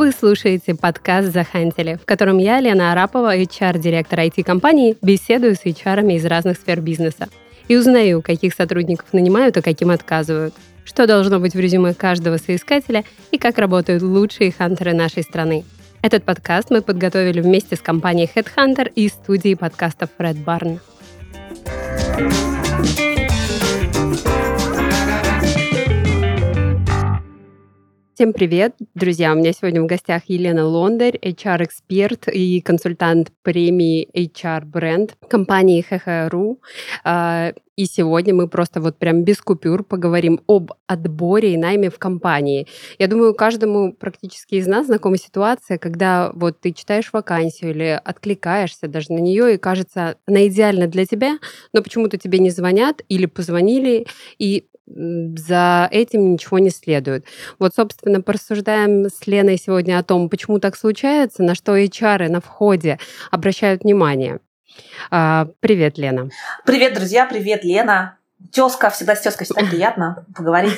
Вы слушаете подкаст «Захантили», в котором я, Лена Арапова, HR-директор IT-компании, беседую с HR-ами из разных сфер бизнеса и узнаю, каких сотрудников нанимают, а каким отказывают, что должно быть в резюме каждого соискателя и как работают лучшие хантеры нашей страны. Этот подкаст мы подготовили вместе с компанией HeadHunter и студией подкастов Red Barn. Всем привет, друзья! У меня сегодня в гостях Елена Лондарь, HR-эксперт и консультант премии HR бренд компании HeHe.ru. И сегодня мы просто вот прям без купюр поговорим об отборе и найме в компании. Я думаю, каждому практически из нас знакома ситуация, когда вот ты читаешь вакансию или откликаешься даже на нее, и кажется, она идеальна для тебя, но почему-то тебе не звонят или позвонили, и за этим ничего не следует. Вот, собственно, порассуждаем с Леной сегодня о том, почему так случается, на что HR на входе обращают внимание. Привет, Лена. Привет, друзья, привет, Лена. Тёзка, всегда с тёзкой всегда приятно поговорить.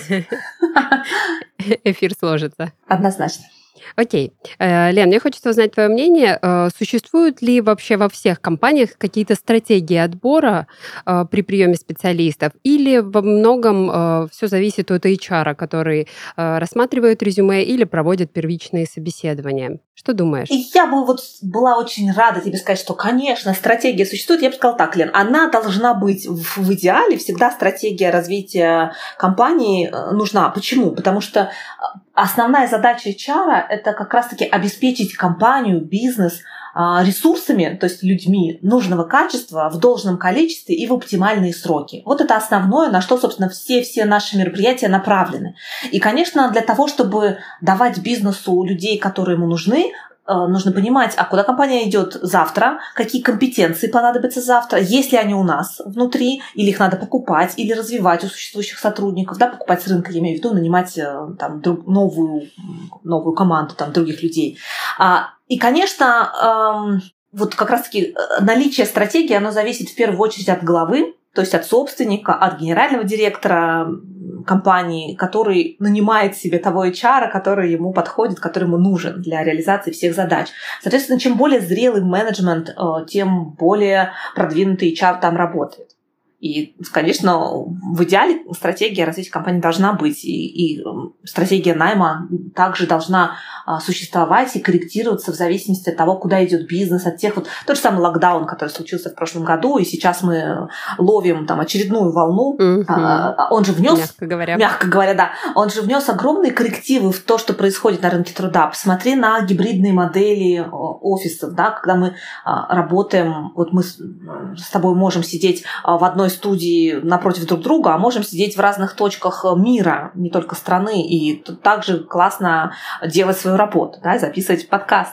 Эфир сложится. Однозначно. Окей. Лен, мне хочется узнать твое мнение. Существуют ли вообще во всех компаниях какие-то стратегии отбора при приеме специалистов? Или во многом все зависит от HR, который рассматривает резюме или проводит первичные собеседования? Что думаешь? Я бы была очень рада тебе сказать, что, конечно, стратегия существует. Я бы сказала так, Лен, она должна быть в идеале. Всегда стратегия развития компании нужна. Почему? Потому что основная задача HR – это как раз-таки обеспечить компанию, бизнес ресурсами, то есть людьми нужного качества в должном количестве и в оптимальные сроки. Вот это основное, на что, собственно, все наши мероприятия направлены. И, конечно, для того, чтобы давать бизнесу людей, которые ему нужны, нужно понимать, а куда компания идет завтра, какие компетенции понадобятся завтра, есть ли они у нас внутри, или их надо покупать, или развивать у существующих сотрудников, да, покупать с рынка, я имею в виду, нанимать там, новую команду там, других людей. И, конечно, вот как раз-таки наличие стратегии, оно зависит в первую очередь от главы, то есть от собственника, от генерального директора компании, который нанимает себе того HR, который ему подходит, который ему нужен для реализации всех задач. Соответственно, чем более зрелый менеджмент, тем более продвинутый HR там работает. И, конечно, в идеале стратегия развития компании должна быть, и стратегия найма также должна существовать и корректироваться в зависимости от того, куда идет бизнес, от тех вот тот же самый локдаун, который случился в прошлом году, и сейчас мы ловим там очередную волну. Он же внес, мягко говоря, да, он же внес огромные коррективы в то, что происходит на рынке труда. Посмотри на гибридные модели офисов, да, когда мы работаем, вот мы с тобой можем сидеть в одной студии напротив друг друга, а можем сидеть в разных точках мира, не только страны, и тут также классно делать свою работу, да, записывать подкаст.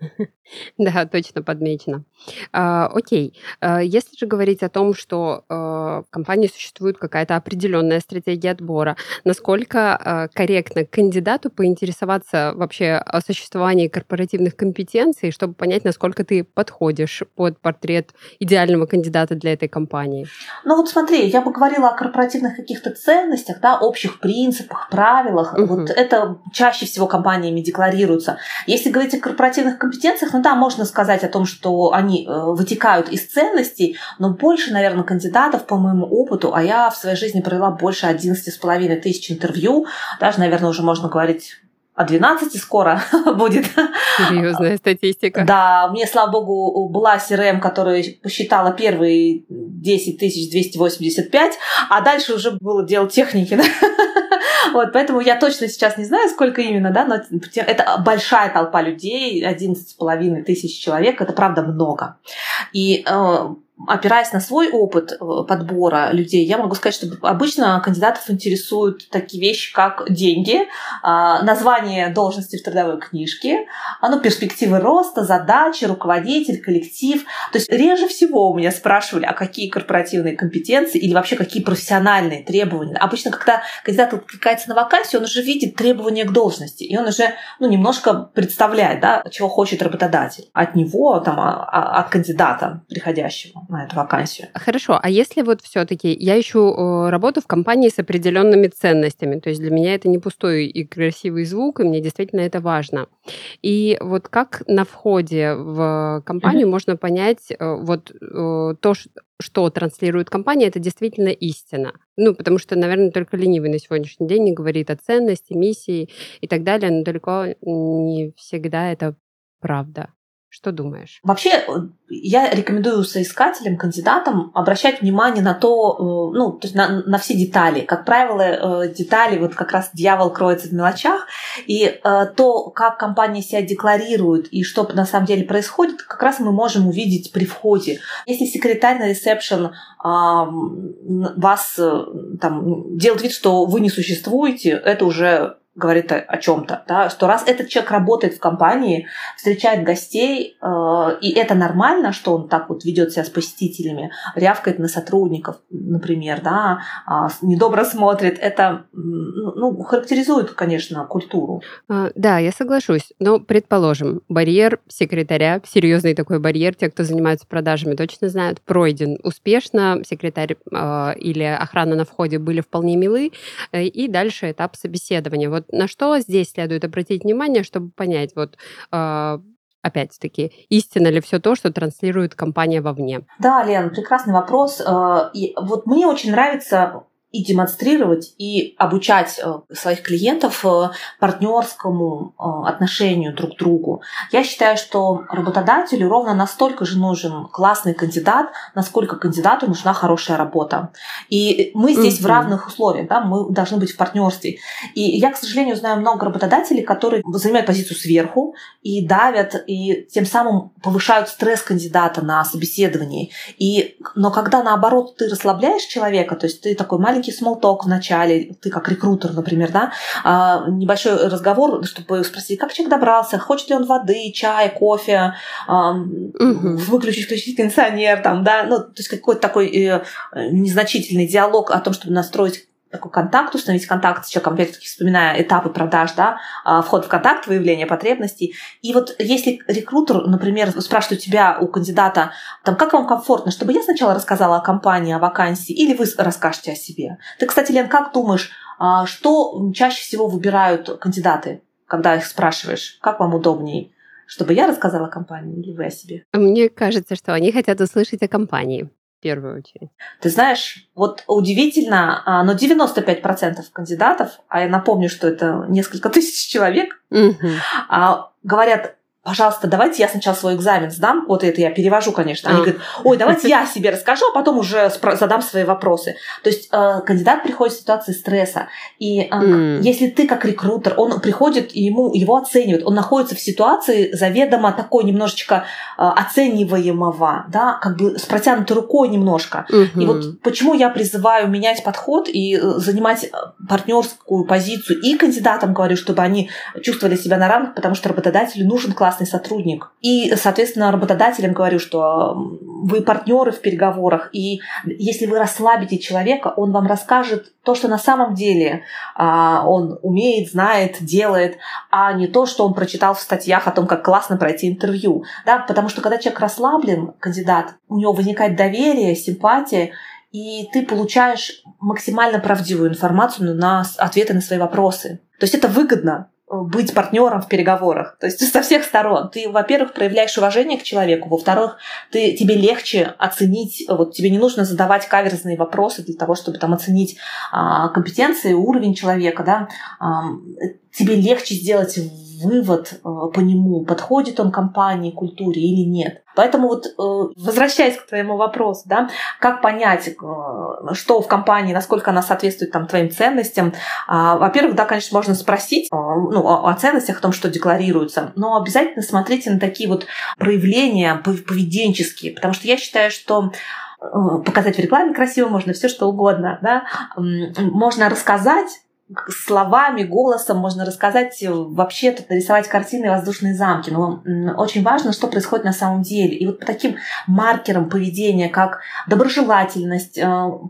Да, точно подмечено. Окей. Если же говорить о том, что в компании существует какая-то определенная стратегия отбора, насколько корректно кандидату поинтересоваться вообще о существовании корпоративных компетенций, чтобы понять, насколько ты подходишь под портрет идеального кандидата для этой компании? Ну вот смотри, я бы говорила о корпоративных каких-то ценностях, да, общих принципах, правилах. Вот это чаще всего компаниями декларируется. Если говорить о корпоративных компетенциях, ну да, можно сказать о том, что они вытекают из ценностей, но больше, наверное, кандидатов, по моему опыту, а я в своей жизни провела больше 11,5 тысяч интервью, даже, наверное, уже можно говорить о 12 скоро будет. Серьезная статистика. Да, мне, слава богу, была CRM, которая посчитала первые 10 285, а дальше уже было дело техники. Да? Вот, поэтому я точно сейчас не знаю, сколько именно, да, но это большая толпа людей, 11,5 тысяч человек, это правда много. И опираясь на свой опыт подбора людей, я могу сказать, что обычно кандидатов интересуют такие вещи, как деньги, название должности в трудовой книжке, перспективы роста, задачи, руководитель, коллектив. То есть реже всего у меня спрашивали, а какие корпоративные компетенции или вообще какие профессиональные требования. Обычно, когда кандидат откликается на вакансию, он уже видит требования к должности, и он уже немножко представляет, да, чего хочет работодатель от него, там, от кандидата приходящего. на эту вакансию. Хорошо, а если вот все-таки я ищу работу в компании с определенными ценностями, то есть для меня это не пустой и красивый звук, и мне действительно это важно. И вот как на входе в компанию можно понять, то, что транслирует компания, это действительно истина? Ну, потому что, наверное, только ленивый на сегодняшний день не говорит о ценности, миссии и так далее, но далеко не всегда это правда. Что думаешь? Вообще, я рекомендую соискателям, кандидатам обращать внимание на то, то есть на все детали. Как правило, детали, вот как раз дьявол кроется в мелочах, и то, как компания себя декларирует и что на самом деле происходит, как раз мы можем увидеть при входе. Если секретарь на ресепшн вас делает вид, что вы не существуете, это уже говорит о чем-то, да, что раз этот человек работает в компании, встречает гостей, и это нормально, что он так вот ведет себя с посетителями, рявкает на сотрудников, например, да, недобро смотрит, это характеризует, конечно, культуру. Да, я соглашусь. Но, предположим, барьер секретаря, серьезный такой барьер, те, кто занимается продажами, точно знают, пройден успешно, секретарь или охрана на входе были вполне милы, и дальше этап собеседования. Вот на что здесь следует обратить внимание, чтобы понять, опять-таки, истинно ли все то, что транслирует компания вовне? Да, Лен, прекрасный вопрос. И вот мне очень нравится и демонстрировать, и обучать своих клиентов партнерскому отношению друг к другу. Я считаю, что работодателю ровно настолько же нужен классный кандидат, насколько кандидату нужна хорошая работа. И мы здесь в равных условиях, да, мы должны быть в партнерстве. И я, к сожалению, знаю много работодателей, которые занимают позицию сверху и давят, и тем самым повышают стресс кандидата на собеседовании. Но когда, наоборот, ты расслабляешь человека, то есть ты такой маленький смолток в начале, ты как рекрутер, например, да, небольшой разговор, чтобы спросить, как человек добрался, хочет ли он воды, чая, кофе, включить кондиционер, там, да, то есть какой-то такой незначительный диалог о том, чтобы настроить такой контакт, установить контакт с человеком, опять-таки вспоминая этапы продаж, да, вход в контакт, выявление потребностей. И вот если рекрутер, например, спрашивает у тебя, у кандидата, как вам комфортно, чтобы я сначала рассказала о компании, о вакансии, или вы расскажете о себе? Ты, кстати, Лен, как думаешь, что чаще всего выбирают кандидаты, когда их спрашиваешь? Как вам удобнее? Чтобы я рассказала о компании или вы о себе? Мне кажется, что они хотят услышать о компании. В первую очередь. Ты знаешь, вот удивительно, но 95% кандидатов, а я напомню, что это несколько тысяч человек, говорят, пожалуйста, давайте я сначала свой экзамен сдам. Вот это я перевожу, конечно. Они говорят, ой, давайте я о себе расскажу, а потом уже задам свои вопросы. То есть кандидат приходит в ситуации стресса. И если ты как рекрутер, он приходит, и его оценивают. Он находится в ситуации заведомо такой немножечко оцениваемого, да, как бы с протянутой рукой немножко. И вот почему я призываю менять подход и занимать партнерскую позицию. И кандидатам говорю, чтобы они чувствовали себя на равных, потому что работодателю нужен классный сотрудник. И, соответственно, работодателям говорю, что вы партнеры в переговорах, и если вы расслабите человека, он вам расскажет то, что на самом деле он умеет, знает, делает, а не то, что он прочитал в статьях о том, как классно пройти интервью. Да? Потому что когда человек расслаблен, кандидат, у него возникает доверие, симпатия, и ты получаешь максимально правдивую информацию на ответы на свои вопросы. То есть это выгодно быть партнером в переговорах. То есть со всех сторон. Ты, во-первых, проявляешь уважение к человеку, во-вторых, тебе легче оценить, вот тебе не нужно задавать каверзные вопросы для того, чтобы там оценить компетенции, уровень человека, да, тебе легче сделать вывод по нему, подходит он компании, культуре или нет. Поэтому вот возвращаясь к твоему вопросу, да, как понять, что в компании, насколько она соответствует там твоим ценностям. Во-первых, да, конечно, можно спросить о ценностях, о том, что декларируется, но обязательно смотрите на такие вот проявления поведенческие, потому что я считаю, что показать в рекламе красиво можно все что угодно, да, можно рассказать словами, голосом, можно рассказать, вообще тут нарисовать картины, воздушные замки. Но очень важно, что происходит на самом деле. И вот по таким маркерам поведения, как доброжелательность,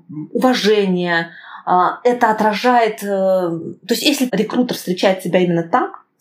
уважение, это отражает... То есть если рекрутер встречает себя именно так,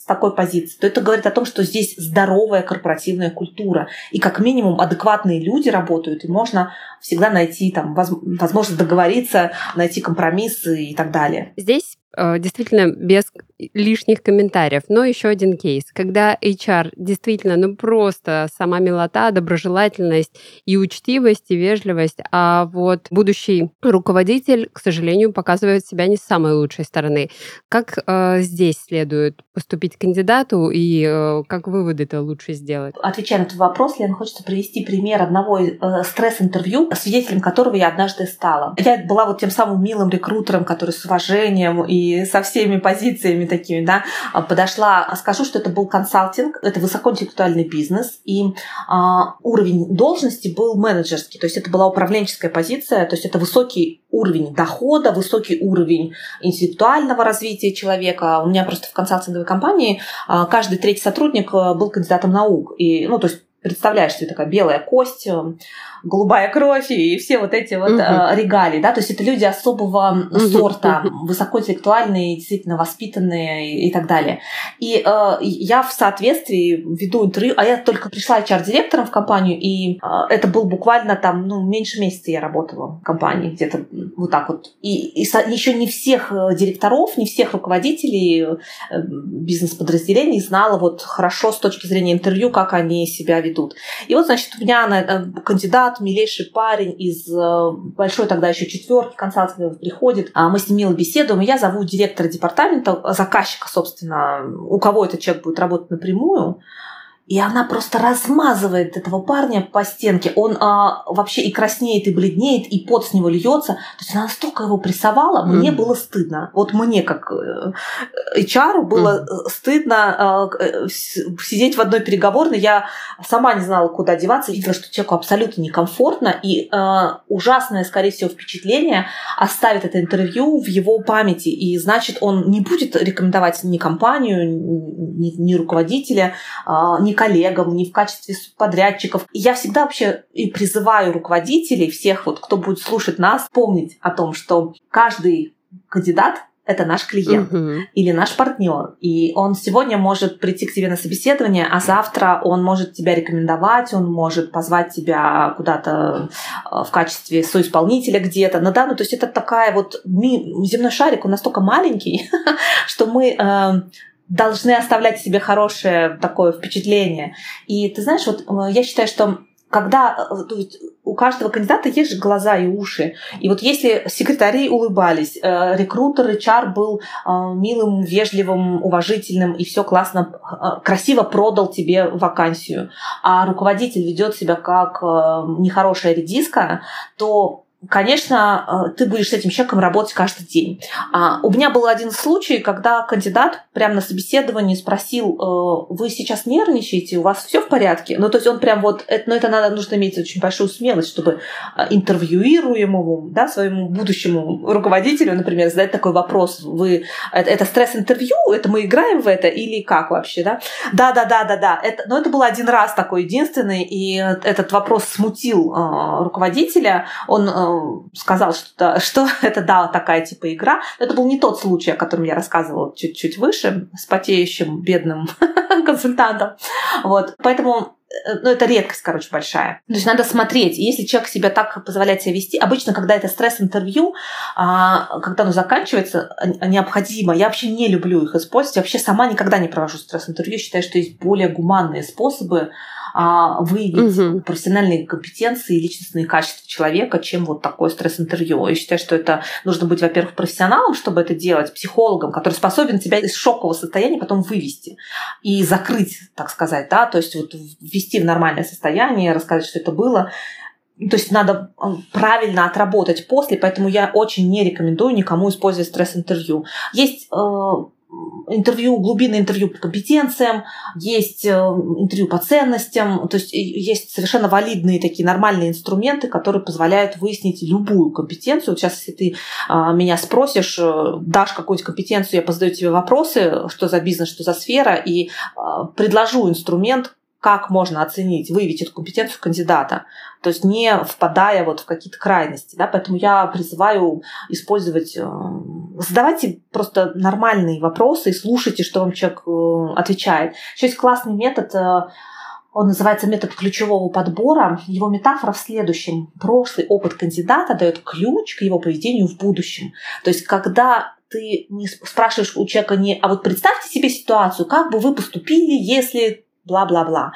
такой позиции, то это говорит о том, что здесь здоровая корпоративная культура. И как минимум адекватные люди работают, и можно всегда найти там возможность договориться, найти компромиссы и так далее. Здесь действительно без лишних комментариев. Но еще один кейс, когда HR действительно просто сама милота, доброжелательность и учтивость, и вежливость, а вот будущий руководитель, к сожалению, показывает себя не с самой лучшей стороны. Как здесь следует поступить кандидату и как выводы-то лучше сделать? Отвечая на этот вопрос, Лен, хочется привести пример одного стресс-интервью, свидетелем которого я однажды стала. Я была вот тем самым милым рекрутером, который с уважением и со всеми позициями такими, да, подошла. Скажу, что это был консалтинг, это высокоинтеллектуальный бизнес, и уровень должности был менеджерский, то есть это была управленческая позиция, то есть это высокий уровень дохода, высокий уровень интеллектуального развития человека. У меня просто в консалтинговой компании каждый третий сотрудник был кандидатом наук. И, то есть представляешь, что это такая белая кость, голубая кровь и все вот эти вот регалии, да, то есть это люди особого сорта, высокоинтеллектуальные, действительно воспитанные и так далее. И я в соответствии веду интервью, а я только пришла HR-директором в компанию, и это был буквально там, меньше месяца я работала в компании, где-то вот так вот. И еще не всех директоров, не всех руководителей бизнес-подразделений знала вот хорошо с точки зрения интервью, как они себя ведут. И вот, значит, у меня кандидат, милейший парень из большой тогда еще четверки консалтинговой приходит, мы с ним мило беседуем, и я зову директора департамента, заказчика, собственно, у кого этот человек будет работать напрямую, и она просто размазывает этого парня по стенке. Он вообще и краснеет, и бледнеет, и пот с него льется. То есть она настолько его прессовала, мне было стыдно. Вот мне, как HR, было стыдно сидеть в одной переговорной. Я сама не знала, куда деваться. Видела, что человеку абсолютно некомфортно. И ужасное, скорее всего, впечатление оставит это интервью в его памяти. И значит, он не будет рекомендовать ни компанию, ни руководителя, ни коллегам, ни в качестве подрядчиков. И я всегда вообще и призываю руководителей, всех, вот, кто будет слушать нас, помнить о том, что каждый кандидат — это наш клиент или наш партнер. И он сегодня может прийти к тебе на собеседование, а завтра он может тебя рекомендовать, он может позвать тебя куда-то в качестве соисполнителя где-то. То есть это такая вот... Земной шарик, он настолько маленький, что мы... должны оставлять себе хорошее такое впечатление. И ты знаешь, вот я считаю, что когда у каждого кандидата есть же глаза и уши, и вот если секретари улыбались, рекрутер, HR был милым, вежливым, уважительным, и все классно, красиво продал тебе вакансию, а руководитель ведет себя как нехорошая редиска, то конечно, ты будешь с этим человеком работать каждый день. У меня был один случай, когда кандидат прямо на собеседовании спросил: вы сейчас нервничаете, у вас все в порядке? То есть он прям вот, нужно иметь очень большую смелость, чтобы интервьюируемому, да, своему будущему руководителю, например, задать такой вопрос: это стресс-интервью, это мы играем в это или как вообще, да? Да. Это был один раз такой единственный, и этот вопрос смутил руководителя. Он сказал, что это, да, такая типа игра. Это был не тот случай, о котором я рассказывала чуть-чуть выше, с потеющим бедным консультантом. Вот. Поэтому это редкость, большая. То есть надо смотреть. И если человек себя так позволяет себя вести, обычно, когда это стресс-интервью, когда оно заканчивается, необходимо. Я вообще не люблю их использовать. Я вообще сама никогда не провожу стресс-интервью. Считаю, что есть более гуманные способы выявить профессиональные компетенции и личностные качества человека, чем вот такое стресс-интервью. Я считаю, что это нужно быть, во-первых, профессионалом, чтобы это делать, психологом, который способен тебя из шокового состояния потом вывести и закрыть, так сказать, да, то есть вот ввести в нормальное состояние, рассказать, что это было. То есть надо правильно отработать после, поэтому я очень не рекомендую никому использовать стресс-интервью. Есть глубинное интервью по компетенциям, есть интервью по ценностям, то есть есть совершенно валидные такие нормальные инструменты, которые позволяют выяснить любую компетенцию. Вот сейчас, если ты меня спросишь, дашь какую-нибудь компетенцию, я позадаю тебе вопросы, что за бизнес, что за сфера, и предложу инструмент, как можно оценить, выявить эту компетенцию кандидата, то есть не впадая вот в какие-то крайности. Да? Поэтому я призываю использовать, задавайте просто нормальные вопросы и слушайте, что вам человек отвечает. Еще есть классный метод, он называется метод ключевого подбора. Его метафора в следующем. Прошлый опыт кандидата дает ключ к его поведению в будущем. То есть когда ты не спрашиваешь у человека не «а вот представьте себе ситуацию, как бы вы поступили, если бла-бла-бла».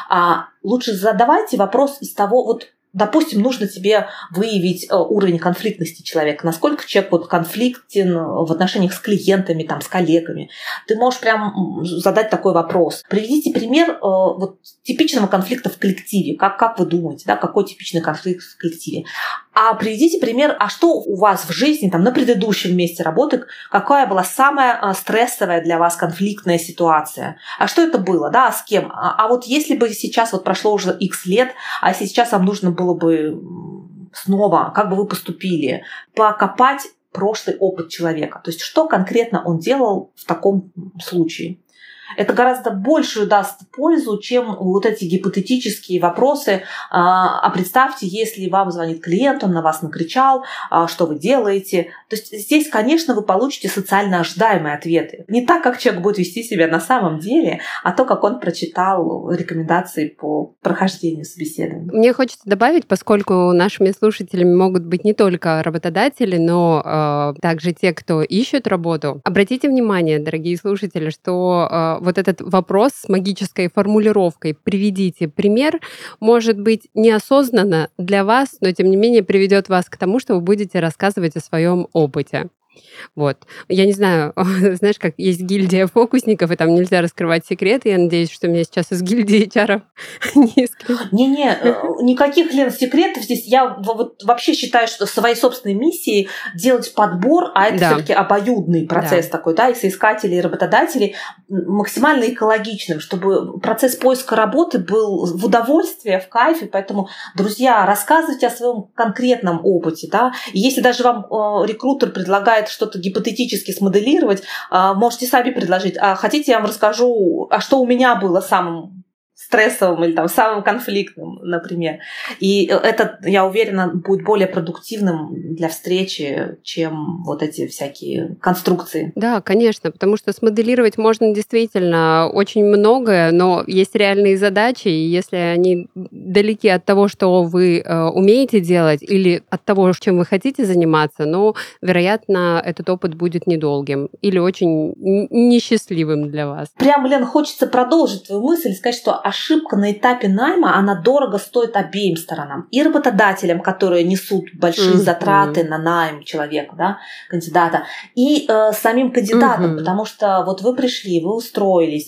Лучше задавайте вопрос из того, вот, допустим, нужно тебе выявить уровень конфликтности человека, насколько человек вот конфликтен в отношениях с клиентами, там, с коллегами. Ты можешь прям задать такой вопрос. Приведите пример вот, типичного конфликта в коллективе. Как вы думаете, да, какой типичный конфликт в коллективе? А приведите пример, а что у вас в жизни, там, на предыдущем месте работы, какая была самая стрессовая для вас конфликтная ситуация? А что это было, да, с кем? А вот если бы сейчас вот прошло уже X лет, а если сейчас вам нужно было бы снова, как бы вы поступили, покопать прошлый опыт человека. То есть что конкретно он делал в таком случае. Это гораздо большую даст пользу, чем вот эти гипотетические вопросы. А представьте, если вам звонит клиент, он на вас накричал, что вы делаете. То есть здесь, конечно, вы получите социально ожидаемые ответы. Не так, как человек будет вести себя на самом деле, а то, как он прочитал рекомендации по прохождению собеседования. Мне хочется добавить, поскольку нашими слушателями могут быть не только работодатели, но также те, кто ищет работу. Обратите внимание, дорогие слушатели, что вот этот вопрос с магической формулировкой «приведите пример» может быть неосознанно для вас, но тем не менее приведет вас к тому, что вы будете рассказывать о своем опыте. Вот. Я не знаю, знаешь, как есть гильдия фокусников, и там нельзя раскрывать секреты. Я надеюсь, что меня сейчас из гильдии HR не исключат. Никаких, Лен, секретов здесь. Я вот вообще считаю, что своей собственной миссией делать подбор, а это все-таки обоюдный процесс такой, да, и соискателей, и работодателей, максимально экологичным, чтобы процесс поиска работы был в удовольствие, в кайфе. Поэтому, друзья, рассказывайте о своем конкретном опыте, да. И если даже вам рекрутер предлагает что-то гипотетически смоделировать, можете сами предложить. А хотите, я вам расскажу, а что у меня было самым стрессовым или там самым конфликтным, например. И это, я уверена, будет более продуктивным для встречи, чем вот эти всякие конструкции. Да, конечно, потому что смоделировать можно действительно очень многое, но есть реальные задачи, и если они далеки от того, что вы умеете делать, или от того, чем вы хотите заниматься, но, вероятно, этот опыт будет недолгим или очень несчастливым для вас. Прямо, Лен, хочется продолжить твою мысль и сказать, что ошибка на этапе найма, она дорого стоит обеим сторонам. И работодателям, которые несут большие затраты на найм человека, да, кандидата, и самим кандидатам, потому что вот вы пришли, вы устроились,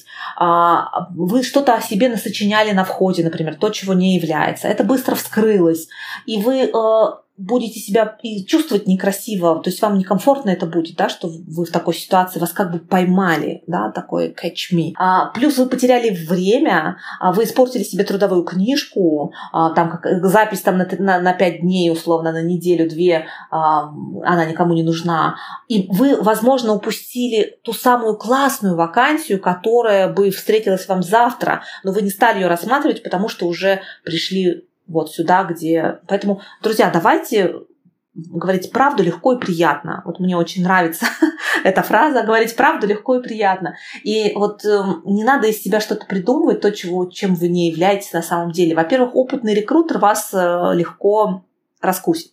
вы что-то о себе насочиняли на входе, например, то, чего не является. Это быстро вскрылось, и вы будете себя и чувствовать некрасиво, то есть вам некомфортно это будет, да, что вы в такой ситуации, вас как бы поймали, да, такой catch me. Плюс вы потеряли время, вы испортили себе трудовую книжку, там как запись там на 5 дней, условно, на неделю-две, она никому не нужна. И вы, возможно, упустили ту самую классную вакансию, которая бы встретилась вам завтра, но вы не стали ее рассматривать, потому что уже пришли вот сюда, где... Поэтому, друзья, давайте говорить правду легко и приятно. Вот мне очень нравится эта фраза, говорить правду легко и приятно. И вот не надо из себя что-то придумывать, то, чем вы не являетесь на самом деле. Во-первых, опытный рекрутер вас легко раскусит.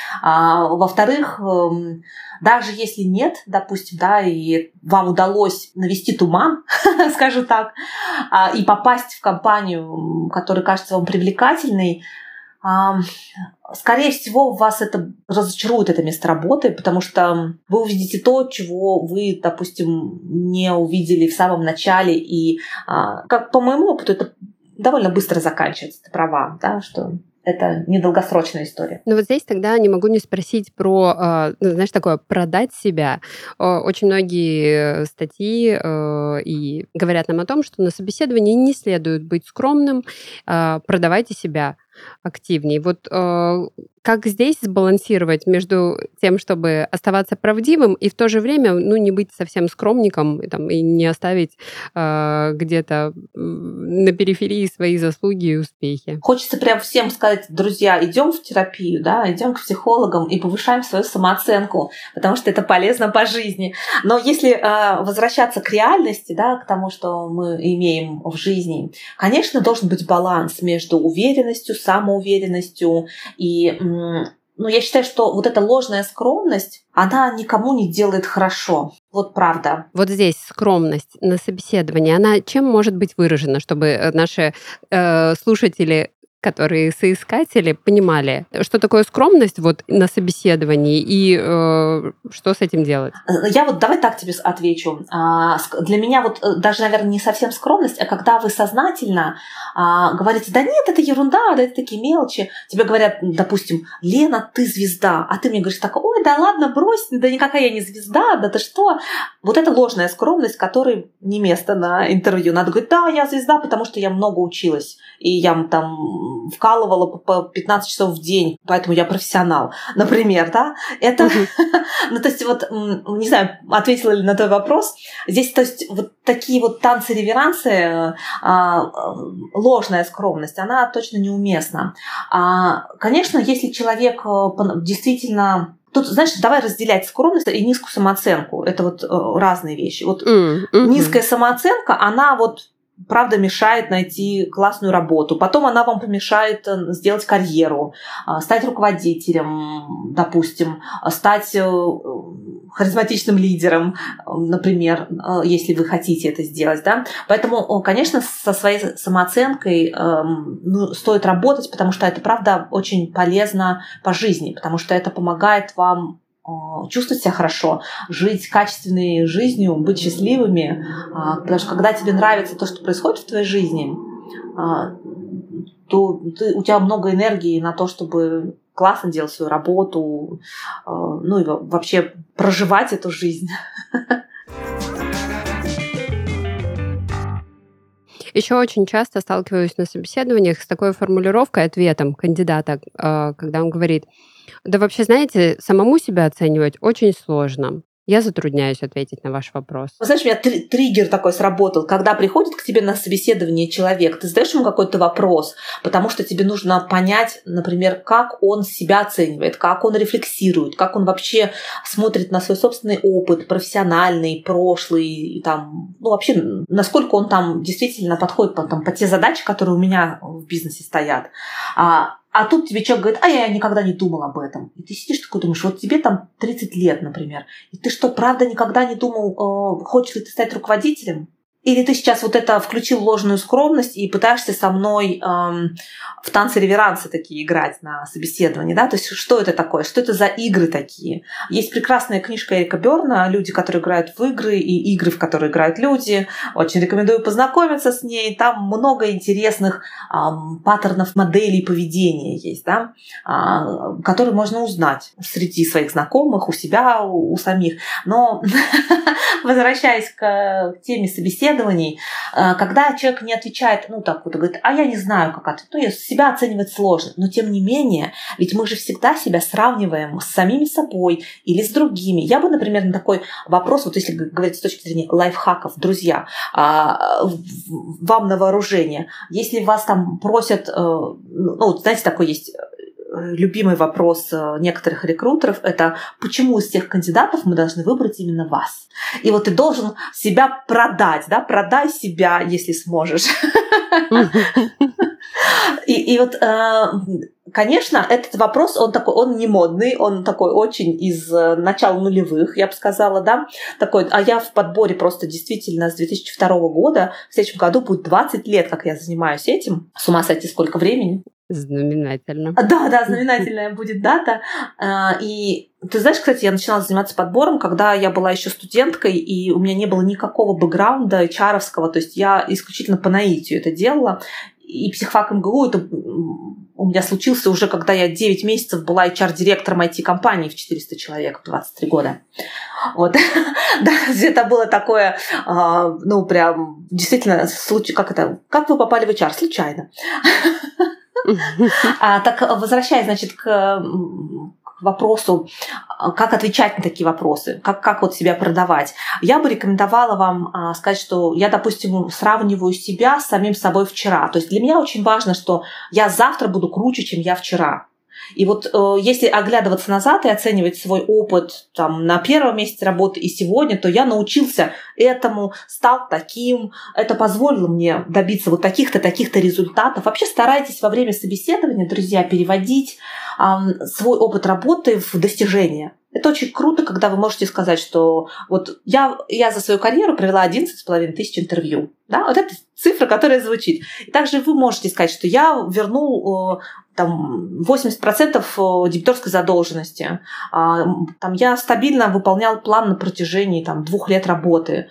Во-вторых, даже если нет, допустим, да, и вам удалось навести туман, скажу так, и попасть в компанию, которая кажется вам привлекательной, скорее всего, вас это разочарует, это место работы, потому что вы увидите то, чего вы, допустим, не увидели в самом начале. И, как по моему опыту, это довольно быстро заканчивается. Ты права, да, что... Это недолгосрочная история. Ну вот здесь тогда не могу не спросить про, знаешь, такое продать себя. Очень многие статьи и говорят нам о том, что на собеседовании не следует быть скромным, продавайте себя. активнее. Вот как здесь сбалансировать между тем, чтобы оставаться правдивым и в то же время, ну, не быть совсем скромником и не оставить где-то на периферии свои заслуги и успехи? Хочется прям всем сказать: друзья, идем в терапию, да, идем к психологам и повышаем свою самооценку, потому что это полезно по жизни. Но если возвращаться к реальности, да, к тому, что мы имеем в жизни, конечно, должен быть баланс между уверенностью, самоуверенностью и ну, я считаю, что вот эта ложная скромность, она никому не делает хорошо. Вот правда. Вот здесь скромность на собеседовании, она чем может быть выражена, чтобы наши слушатели, которые соискатели, понимали, что такое скромность вот на собеседовании и что с этим делать? Я вот давай так тебе отвечу. Для меня вот даже, наверное, не совсем скромность, а когда вы сознательно говорите: да нет, это ерунда, да это такие мелочи. Тебе говорят, допустим: Лена, ты звезда. А ты мне говоришь так: ой, да ладно, брось, да никакая я не звезда, да ты что? Вот это ложная скромность, которой не место на интервью. Надо говорить: да, я звезда, потому что я много училась. И я там вкалывала по 15 часов в день, поэтому я профессионал, например, да? Это, ну, то есть вот, не знаю, ответила ли на твой вопрос. Здесь, то есть, вот такие вот танцы-реверансы, ложная скромность, она точно неуместна. Конечно, если человек действительно... Тут, знаешь, давай разделять скромность и низкую самооценку. Это вот разные вещи. Вот низкая самооценка, она вот правда мешает найти классную работу. Потом она вам помешает сделать карьеру, стать руководителем, допустим, стать харизматичным лидером, например, если вы хотите это сделать. Да? Поэтому, конечно, со своей самооценкой стоит работать, потому что это, правда, очень полезно по жизни, потому что это помогает вам чувствовать себя хорошо, жить качественной жизнью, быть счастливыми. Потому что когда тебе нравится то, что происходит в твоей жизни, то у тебя много энергии на то, чтобы классно делать свою работу, ну и вообще проживать эту жизнь. Еще очень часто сталкиваюсь на собеседованиях с такой формулировкой, ответом кандидата, когда он говорит: да вообще, знаете, самому себя оценивать очень сложно. Я затрудняюсь ответить на ваш вопрос. Знаешь, у меня триггер такой сработал. Когда приходит к тебе на собеседование человек, ты задаешь ему какой-то вопрос, потому что тебе нужно понять, например, как он себя оценивает, как он рефлексирует, как он вообще смотрит на свой собственный опыт, профессиональный, прошлый, там, ну вообще, насколько он там действительно подходит по те задачи, которые у меня в бизнесе стоят. А тут тебе человек говорит: я никогда не думал об этом. И ты сидишь такой, думаешь: вот тебе там 30 лет, например. И ты что, правда никогда не думал, хочешь ли ты стать руководителем? Или ты сейчас вот это включил ложную скромность и пытаешься со мной в танцы-реверансы такие играть на собеседовании, да? То есть что это такое? Что это за игры такие? Есть прекрасная книжка Эрика Берна «Люди, которые играют в игры», и «Игры, в которые играют люди». Очень рекомендую познакомиться с ней. Там много интересных паттернов, моделей поведения есть, да? Которые можно узнать среди своих знакомых, у себя, у самих. Но возвращаясь к теме собеседований, когда человек не отвечает, ну так вот, говорит: я не знаю, как ответить, себя оценивать сложно, но тем не менее, ведь мы же всегда себя сравниваем с самими собой или с другими. Я бы, например, на такой вопрос, вот если говорить с точки зрения лайфхаков, друзья, вам на вооружение, если вас там просят, ну, знаете, такой есть любимый вопрос некоторых рекрутеров — это: почему из тех кандидатов мы должны выбрать именно вас? И вот ты должен себя продать, да, продай себя, если сможешь. И вот, конечно, этот вопрос, он такой, он не модный, он такой очень из начала нулевых, я бы сказала, да, такой. А я в подборе просто действительно с 2002 года, в следующем году будет 20 лет, как я занимаюсь этим. С ума сойти, сколько времени. Знаменательно. Да, знаменательная будет дата. И ты знаешь, кстати, я начинала заниматься подбором, когда я была еще студенткой, и у меня не было никакого бэкграунда HR-овского, то есть я исключительно по наитию это делала. И психфак МГУ это у меня случился уже, когда я 9 месяцев была HR-директором IT-компании в 400 человек в 23 года. Вот. Да, это было такое, ну, прям, действительно, как вы попали в HR? Случайно. Так, возвращаясь, значит, к вопросу, как отвечать на такие вопросы, как вот себя продавать. Я бы рекомендовала вам сказать, что я, допустим, сравниваю себя с самим собой вчера. То есть для меня очень важно, что я завтра буду круче, чем я вчера. И вот если оглядываться назад и оценивать свой опыт там, на первом месяце работы и сегодня, то я научился этому, стал таким. Это позволило мне добиться вот таких-то результатов. Вообще старайтесь во время собеседования, друзья, переводить свой опыт работы в достижения. Это очень круто, когда вы можете сказать, что вот я за свою карьеру провела 11,5 тысяч интервью. Да? Вот это цифра, которая звучит. И также вы можете сказать, что я вернул там, 80% дебиторской задолженности. Там, я стабильно выполнял план на протяжении 2 лет работы.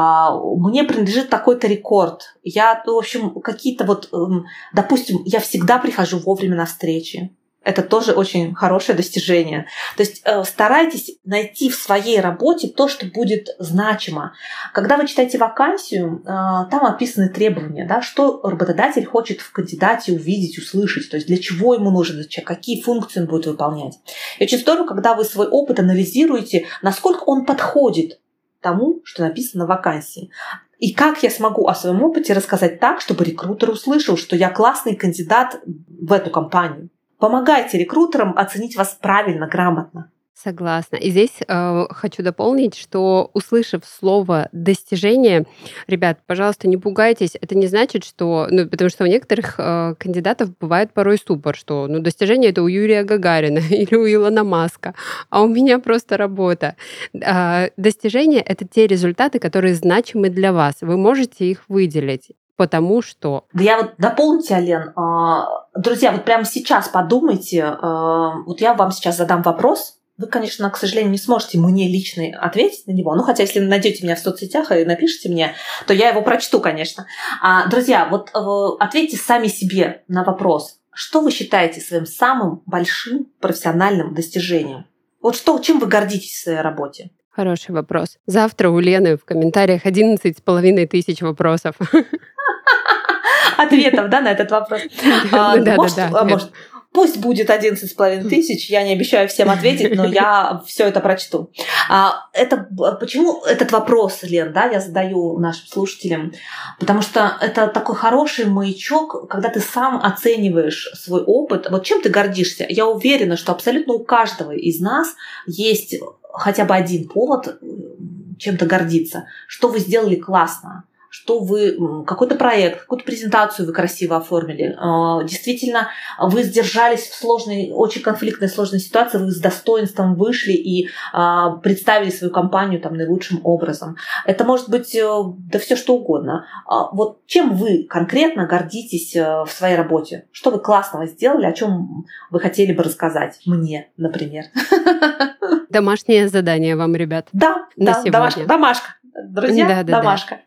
Мне принадлежит такой-то рекорд. Я, в общем, какие-то вот, допустим, я всегда прихожу вовремя на встречи. Это тоже очень хорошее достижение. То есть старайтесь найти в своей работе то, что будет значимо. Когда вы читаете вакансию, там описаны требования, да, что работодатель хочет в кандидате увидеть, услышать, то есть для чего ему нужен этот человек, какие функции он будет выполнять. И очень здорово, когда вы свой опыт анализируете, насколько он подходит тому, что написано в вакансии. И как я смогу о своем опыте рассказать так, чтобы рекрутер услышал, что я классный кандидат в эту компанию. Помогайте рекрутерам оценить вас правильно, грамотно. Согласна. И здесь хочу дополнить, что, услышав слово «достижение», ребят, пожалуйста, не пугайтесь. Это не значит, что... потому что у некоторых кандидатов бывает порой ступор, что достижение — это у Юрия Гагарина или у Илона Маска, а у меня просто работа. Достижения — это те результаты, которые значимы для вас. Вы можете их выделить. Потому что... Да я вот дополните, Ален. Друзья, вот прямо сейчас подумайте. Вот я вам сейчас задам вопрос. Вы, конечно, к сожалению, не сможете мне лично ответить на него. Хотя если найдете меня в соцсетях и напишите мне, то я его прочту, конечно. Друзья, вот ответьте сами себе на вопрос. Что вы считаете своим самым большим профессиональным достижением? Вот чем вы гордитесь в своей работе? Хороший вопрос. Завтра у Лены в комментариях 11,5 тысяч вопросов. Ответов, на этот вопрос. Может, пусть будет 11,5 тысяч, я не обещаю всем ответить, но я все это прочту. Почему этот вопрос, Лен, я задаю нашим слушателям? Потому что это такой хороший маячок, когда ты сам оцениваешь свой опыт. Вот чем ты гордишься? Я уверена, что абсолютно у каждого из нас есть хотя бы один повод чем-то гордиться. Что вы сделали классно, что вы какой-то проект, какую-то презентацию вы красиво оформили. Действительно, вы сдержались в сложной, очень конфликтной, сложной ситуации, вы с достоинством вышли и представили свою компанию наилучшим образом. Это может быть все что угодно. Вот чем вы конкретно гордитесь в своей работе? Что вы классного сделали, о чем вы хотели бы рассказать мне, например? Домашнее задание вам, ребят. Да, домашка. Друзья, домашка.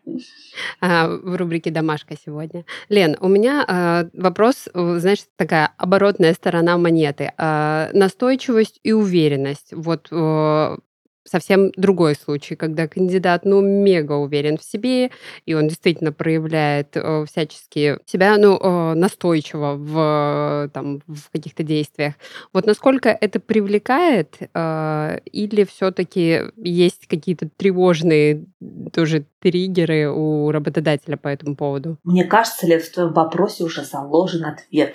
В рубрике «Домашка» сегодня. Лен, у меня вопрос, знаешь, такая оборотная сторона монеты. Настойчивость и уверенность. Вот совсем другой случай, когда кандидат, мега уверен в себе, и он действительно проявляет всячески себя, настойчиво в каких-то действиях. Вот насколько это привлекает, или все-таки есть какие-то тревожные тоже триггеры у работодателя по этому поводу? Мне кажется, Лев, в твоем вопросе уже заложен ответ.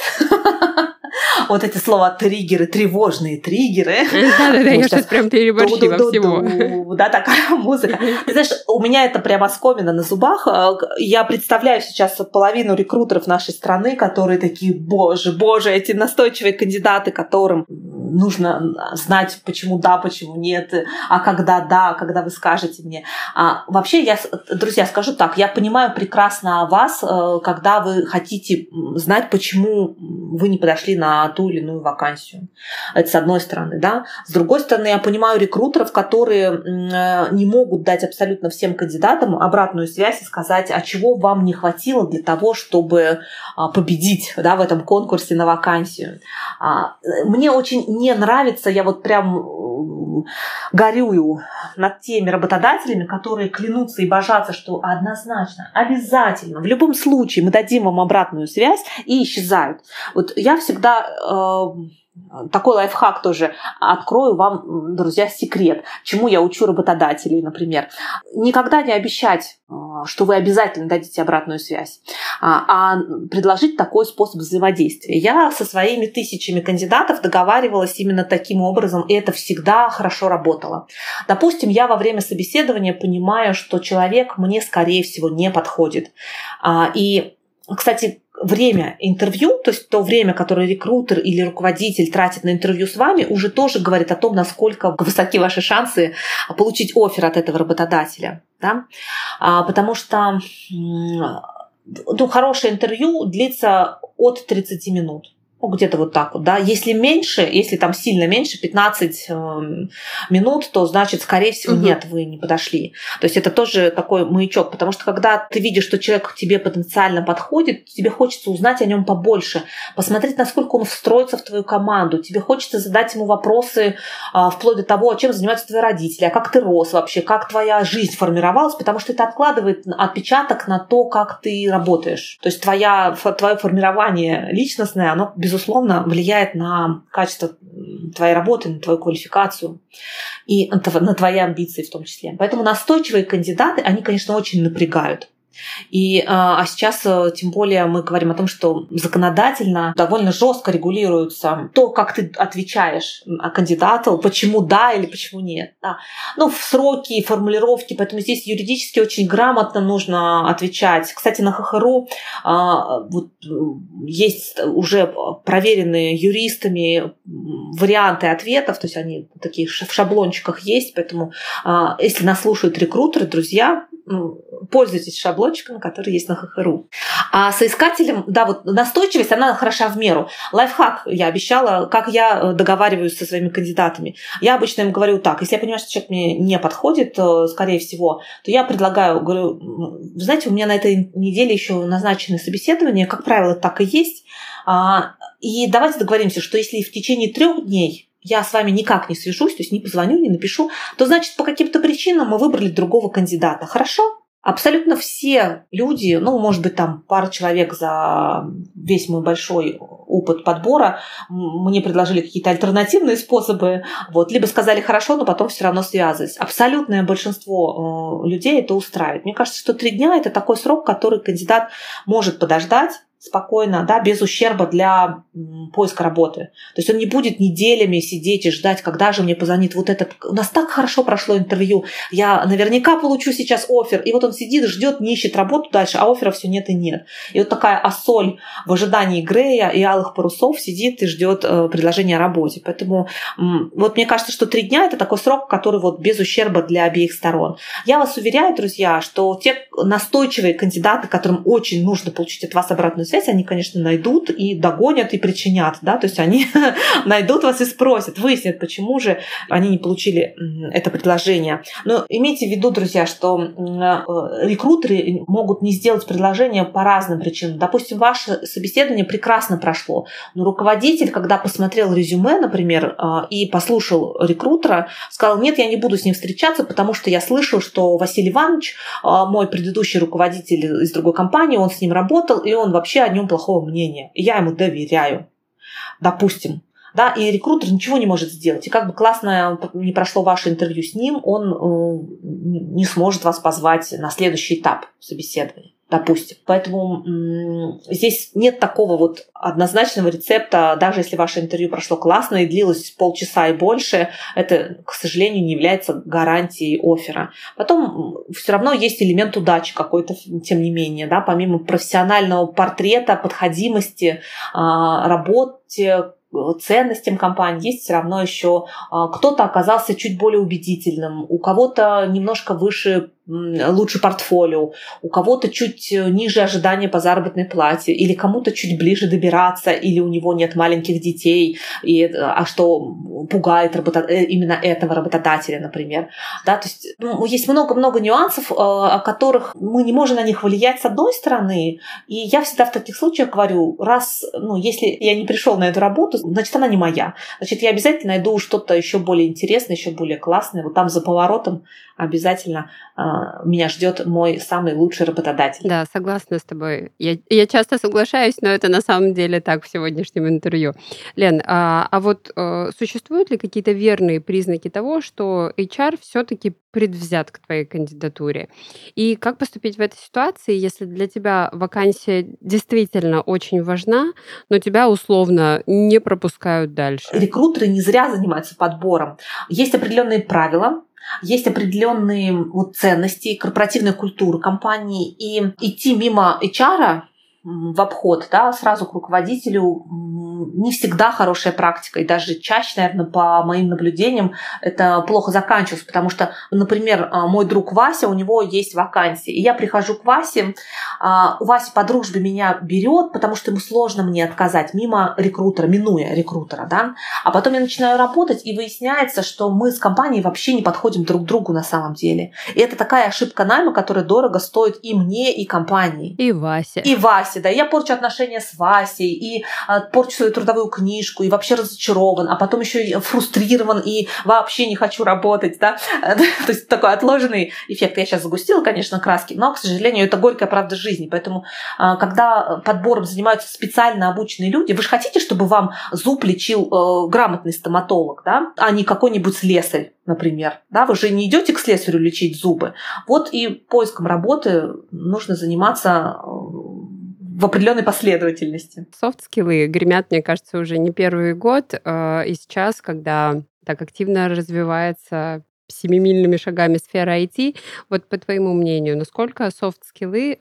Вот эти слова триггеры, тревожные триггеры. Да-да-да, я сейчас прям переборщила всего. Да, такая музыка. Ты знаешь, у меня это прямо оскомина на зубах. Я представляю сейчас половину рекрутеров нашей страны, которые такие, боже, эти настойчивые кандидаты, которым нужно знать, почему да, почему нет, а когда да, когда вы скажете мне. Вообще, друзья, скажу так, я понимаю прекрасно вас, когда вы хотите знать, почему вы не подошли на ту или иную вакансию. Это с одной стороны, да. С другой стороны, я понимаю рекрутеров, которые не могут дать абсолютно всем кандидатам обратную связь и сказать, а чего вам не хватило для того, чтобы победить, да, в этом конкурсе на вакансию. Мне очень не нравится, я вот прям горюю над теми работодателями, которые клянутся и божатся, что однозначно, обязательно, в любом случае мы дадим вам обратную связь, и исчезают. Вот я всегда такой лайфхак тоже открою вам, друзья, секрет, чему я учу работодателей, например. Никогда не обещать, что вы обязательно дадите обратную связь, а предложить такой способ взаимодействия. Я со своими тысячами кандидатов договаривалась именно таким образом, и это всегда хорошо работало. Допустим, я во время собеседования понимаю, что человек мне, скорее всего, не подходит. И, кстати, время интервью, то есть то время, которое рекрутер или руководитель тратит на интервью с вами, уже тоже говорит о том, насколько высоки ваши шансы получить оффер от этого работодателя. Да? Потому что хорошее интервью длится от 30 минут. Где-то вот так вот, да. Если меньше, если там сильно меньше, 15 минут, то значит, скорее всего, нет, вы не подошли. То есть это тоже такой маячок, потому что когда ты видишь, что человек к тебе потенциально подходит, тебе хочется узнать о нем побольше, посмотреть, насколько он встроится в твою команду, тебе хочется задать ему вопросы вплоть до того, чем занимаются твои родители, а как ты рос вообще, как твоя жизнь формировалась, потому что это откладывает отпечаток на то, как ты работаешь. То есть твое формирование личностное, оно безусловно, влияет на качество твоей работы, на твою квалификацию и на твои амбиции в том числе. Поэтому настойчивые кандидаты, они, конечно, очень напрягают. А сейчас, тем более, мы говорим о том, что законодательно довольно жестко регулируется то, как ты отвечаешь кандидату, почему да или почему нет. Да. В сроки, формулировки, поэтому здесь юридически очень грамотно нужно отвечать. Кстати, на ХХРУ есть уже проверенные юристами варианты ответов, то есть они такие в шаблончиках есть, поэтому если нас слушают рекрутеры, друзья, пользуйтесь шаблончиком, который есть на ХХРУ. А соискателям, настойчивость, она хороша в меру. Лайфхак я обещала, как я договариваюсь со своими кандидатами. Я обычно им говорю так, если я понимаю, что человек мне не подходит, скорее всего, то я предлагаю, говорю, вы знаете, у меня на этой неделе еще назначены собеседования, как правило, так и есть. И давайте договоримся, что если в течение 3 дней я с вами никак не свяжусь, то есть не позвоню, не напишу, то значит, по каким-то причинам мы выбрали другого кандидата. Хорошо? Абсолютно все люди, может быть, там пара человек за весь мой большой опыт подбора мне предложили какие-то альтернативные способы, либо сказали хорошо, но потом все равно связывались. Абсолютное большинство людей это устраивает. Мне кажется, что 3 дня – это такой срок, который кандидат может подождать спокойно, да, без ущерба для поиска работы. То есть он не будет неделями сидеть и ждать, когда же мне позвонит вот этот. У нас так хорошо прошло интервью, я наверняка получу сейчас оффер. И вот он сидит, ждет, не ищет работу дальше, а оффера все нет и нет. И вот такая ассоль в ожидании Грея и алых парусов сидит и ждет предложения о работе. Поэтому мне кажется, что 3 дня – это такой срок, который без ущерба для обеих сторон. Я вас уверяю, друзья, что те настойчивые кандидаты, которым очень нужно получить от вас обратную связь, они, конечно, найдут и догонят, и причинят. Да? То есть они найдут вас и спросят, выяснят, почему же они не получили это предложение. Но имейте в виду, друзья, что рекрутеры могут не сделать предложение по разным причинам. Допустим, ваше собеседование прекрасно прошло, но руководитель, когда посмотрел резюме, например, и послушал рекрутера, сказал, нет, я не буду с ним встречаться, потому что я слышал, что Василий Иванович, мой предыдущий руководитель из другой компании, он с ним работал, и он вообще о нем плохого мнения. И я ему доверяю. Допустим. Да, и рекрутер ничего не может сделать. И как бы классно не прошло ваше интервью с ним, он не сможет вас позвать на следующий этап собеседования. Допустим. Поэтому здесь нет такого однозначного рецепта, даже если ваше интервью прошло классно и длилось полчаса и больше, это, к сожалению, не является гарантией оффера. Потом все равно есть элемент удачи какой-то, тем не менее, да, помимо профессионального портрета, подходимости, работе, ценностям компании, есть все равно еще кто-то оказался чуть более убедительным, у кого-то немножко выше лучше портфолио, у кого-то чуть ниже ожидания по заработной плате, или кому-то чуть ближе добираться, или у него нет маленьких детей, а что пугает именно этого работодателя, например. Да, то есть есть много-много нюансов, о которых мы не можем на них влиять с одной стороны, и я всегда в таких случаях говорю, если я не пришел на эту работу, значит, она не моя. Значит, я обязательно найду что-то еще более интересное, еще более классное. Вот там за поворотом обязательно меня ждет мой самый лучший работодатель. Да, согласна с тобой. Я часто соглашаюсь, но это на самом деле так в сегодняшнем интервью. Лен, вот существуют ли какие-то верные признаки того, что HR все-таки предвзят к твоей кандидатуре? И как поступить в этой ситуации, если для тебя вакансия действительно очень важна, но тебя условно не пропускают дальше? Рекрутеры не зря занимаются подбором. Есть определенные правила, есть определенные ценности, корпоративная культура компании, и идти мимо HR в обход, да, сразу к руководителю не всегда хорошая практика, и даже чаще, наверное, по моим наблюдениям, это плохо заканчивалось, потому что, например, мой друг Вася, у него есть вакансия, и я прихожу к Васе, у Васи по дружбе меня берет, потому что ему сложно мне отказать минуя рекрутера, да, а потом я начинаю работать, и выясняется, что мы с компанией вообще не подходим друг к другу на самом деле. И это такая ошибка найма, которая дорого стоит и мне, и компании. И Васе. Да, я порчу отношения с Васей, и порчу свою трудовую книжку, и вообще разочарован, а потом еще и фрустрирован, и вообще не хочу работать, да. То есть такой отложенный эффект. Я сейчас загустила, конечно, краски, но, к сожалению, это горькая правда жизни. Поэтому, когда подбором занимаются специально обученные люди, вы же хотите, чтобы вам зуб лечил грамотный стоматолог, да, а не какой-нибудь слесарь, например. Да? Вы же не идете к слесарю лечить зубы. Вот и поиском работы нужно заниматься в определенной последовательности. Софт-скиллы гремят, мне кажется, уже не первый год. И сейчас, когда так активно развивается семимильными шагами сфера IT, вот по твоему мнению, насколько софт-скиллы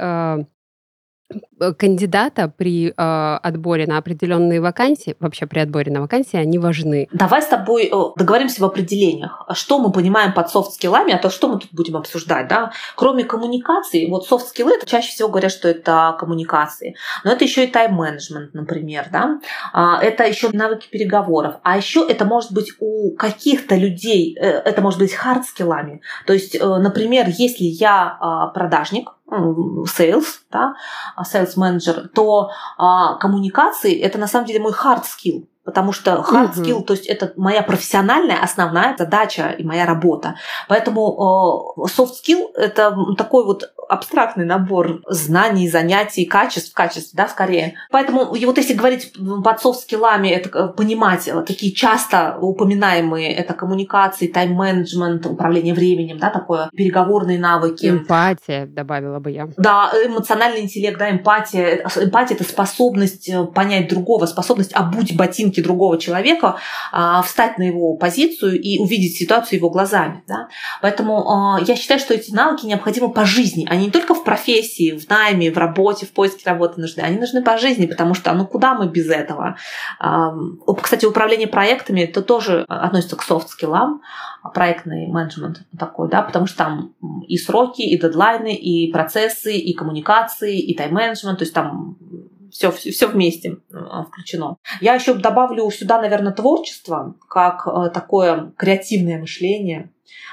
кандидата при отборе на определенные вакансии, вообще при отборе на вакансии, они важны? Давай с тобой договоримся в определениях. Что мы понимаем под софт-скиллами, а то что мы тут будем обсуждать, да? Кроме коммуникации, софт-скиллы, это чаще всего говорят, что это коммуникации, но это еще и тайм-менеджмент, например, да? Это еще навыки переговоров, а еще это может быть у каких-то людей, это может быть хард-скиллами, то есть, например, если я продажник, sales, да, sales manager, то коммуникации это на самом деле мой hard skill. Потому что hard skill, то есть это моя профессиональная основная задача и моя работа. Поэтому soft skill – это такой абстрактный набор знаний, занятий, качеств, да, скорее. Поэтому если говорить под soft скиллами, это понимать такие часто упоминаемые, это коммуникации, тайм-менеджмент, управление временем, да, такое, переговорные навыки. Эмпатия, добавила бы я. Да, эмоциональный интеллект, да, эмпатия. Эмпатия – это способность понять другого, способность обуть ботинки другого человека, встать на его позицию и увидеть ситуацию его глазами. Да? Поэтому я считаю, что эти навыки необходимы по жизни. Они не только в профессии, в найме, в работе, в поиске работы нужны. Они нужны по жизни, потому что куда мы без этого? Кстати, управление проектами это тоже относится к софт-скиллам, проектный менеджмент такой, да, потому что там и сроки, и дедлайны, и процессы, и коммуникации, и тайм-менеджмент, то есть там все вместе включено. Я еще добавлю сюда, наверное, творчество, как такое креативное мышление,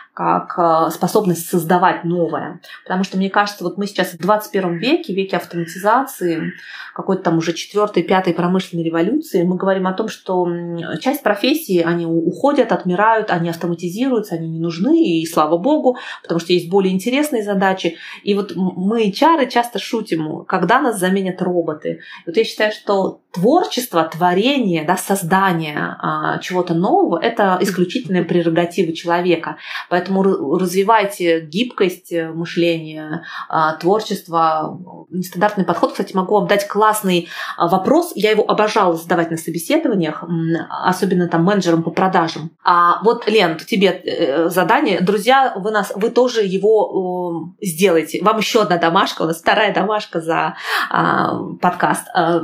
как способность создавать новое. Потому что, мне кажется, мы сейчас в 21 веке автоматизации, какой-то там уже 4-й, 5-й промышленной революции, мы говорим о том, что часть профессий, они уходят, отмирают, они автоматизируются, они не нужны, и слава богу, потому что есть более интересные задачи. И мы, HR, часто шутим, когда нас заменят роботы. Я считаю, что творчество, творение, да, создание чего-то нового – это исключительная прерогатива человека. Поэтому развивайте гибкость мышления, творчество, нестандартный подход. Кстати, могу вам дать классный вопрос. Я его обожала задавать на собеседованиях, особенно там менеджерам по продажам. Лен, тебе задание. Друзья, вы тоже его сделаете. Вам еще одна домашка. У нас вторая домашка за подкаст.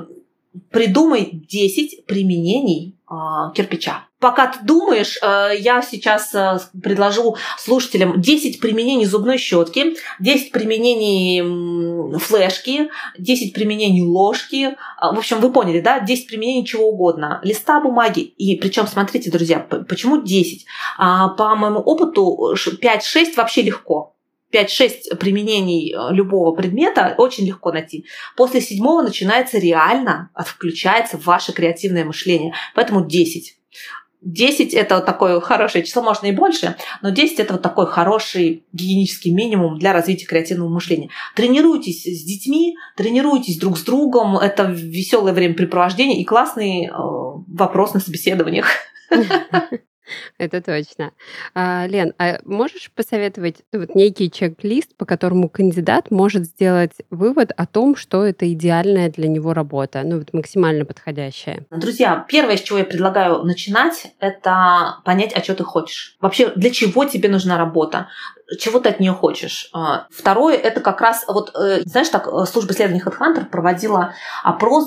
Придумай 10 применений кирпича. Пока ты думаешь, я сейчас предложу слушателям 10 применений зубной щетки, 10 применений флешки, 10 применений ложки. В общем, вы поняли, да? 10 применений чего угодно. Листа бумаги. И причем, смотрите, друзья, почему 10? По моему опыту 5-6 вообще легко. 5-6 применений любого предмета очень легко найти. После 7-го начинается реально, включается ваше креативное мышление. Поэтому 10. 10 – это вот такое хорошее число, можно и больше, но 10 – это вот такой хороший гигиенический минимум для развития креативного мышления. Тренируйтесь с детьми, тренируйтесь друг с другом. Это веселое времяпрепровождение и классный вопрос на собеседованиях. Это точно. Лен, а можешь посоветовать некий чек-лист, по которому кандидат может сделать вывод о том, что это идеальная для него работа, максимально подходящая? Друзья, первое, с чего я предлагаю начинать, это понять, а что ты хочешь. Вообще, для чего тебе нужна работа? Чего ты от нее хочешь? Второе, это как раз, знаешь, так, служба исследований HeadHunter проводила опрос,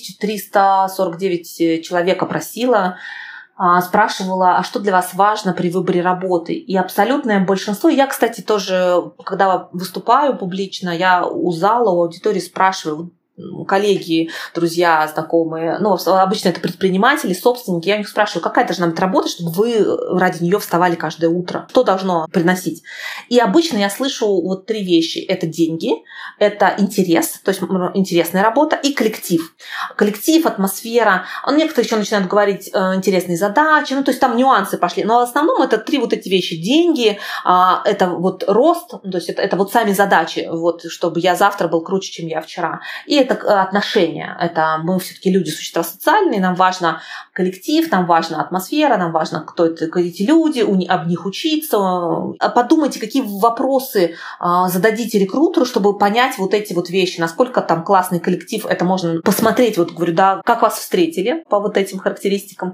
2349 человек опросила, спрашивала, а что для вас важно при выборе работы. И абсолютное большинство, я, кстати, тоже, когда выступаю публично, я у зала, у аудитории спрашиваю, коллеги, друзья, знакомые, обычно это предприниматели, собственники, я у них спрашиваю, какая должна быть работа, чтобы вы ради нее вставали каждое утро, что должно приносить. И обычно я слышу 3 вещи. Это деньги, это интерес, то есть интересная работа, и коллектив. Коллектив, атмосфера. Некоторые еще начинают говорить интересные задачи, то есть там нюансы пошли. Но в основном это 3 эти вещи. Деньги, это рост, то есть это сами задачи, чтобы я завтра был круче, чем я вчера. И это отношения. Это мы все-таки люди, существа социальные, нам важно коллектив, нам важна атмосфера, нам важно, кто эти люди, об них учиться. Подумайте, какие вопросы зададите рекрутеру, чтобы понять эти вещи, насколько там классный коллектив, это можно посмотреть, говорю, да, как вас встретили по этим характеристикам.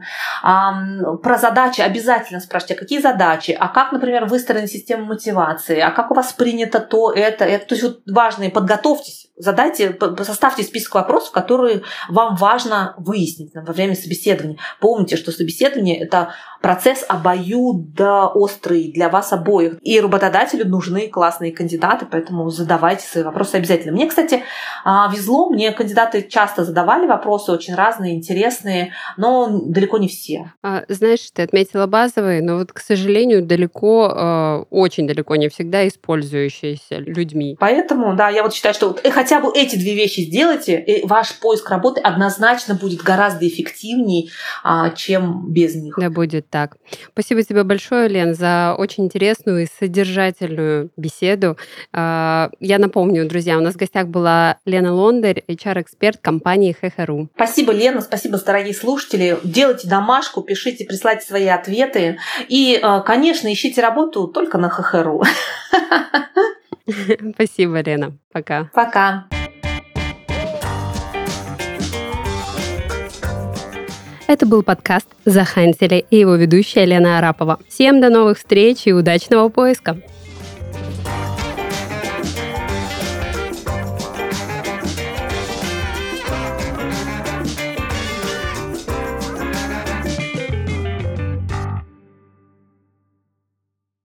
Про задачи обязательно спрашивайте, а какие задачи, а как, например, выстроена система мотивации, а как у вас принято то, это. То есть важные, подготовьтесь, задайте, составьте список вопросов, которые вам важно выяснить во время собеседования. Помните, что собеседование – это процесс обоюдоострый для вас обоих. И работодателю нужны классные кандидаты, поэтому задавайте свои вопросы обязательно. Мне, кстати, везло, мне кандидаты часто задавали вопросы, очень разные, интересные, но далеко не все. Знаешь, ты отметила базовые, но к сожалению, очень далеко не всегда использующиеся людьми. Поэтому, да, я считаю, что хотя бы эти 2 вещи сделайте, и ваш поиск работы однозначно будет гораздо эффективнее, чем без них. Да, будет так. Спасибо тебе большое, Лен, за очень интересную и содержательную беседу. Я напомню, друзья, у нас в гостях была Лена Лондарь, HR-эксперт компании HeHe.ru. Спасибо, Лена, спасибо, дорогие слушатели. Делайте домашку, пишите, присылайте свои ответы. И, конечно, ищите работу только на HeHe.ru. Спасибо, Лена. Пока. Пока. Это был подкаст «Захантили» и его ведущая Лена Арапова. Всем до новых встреч и удачного поиска!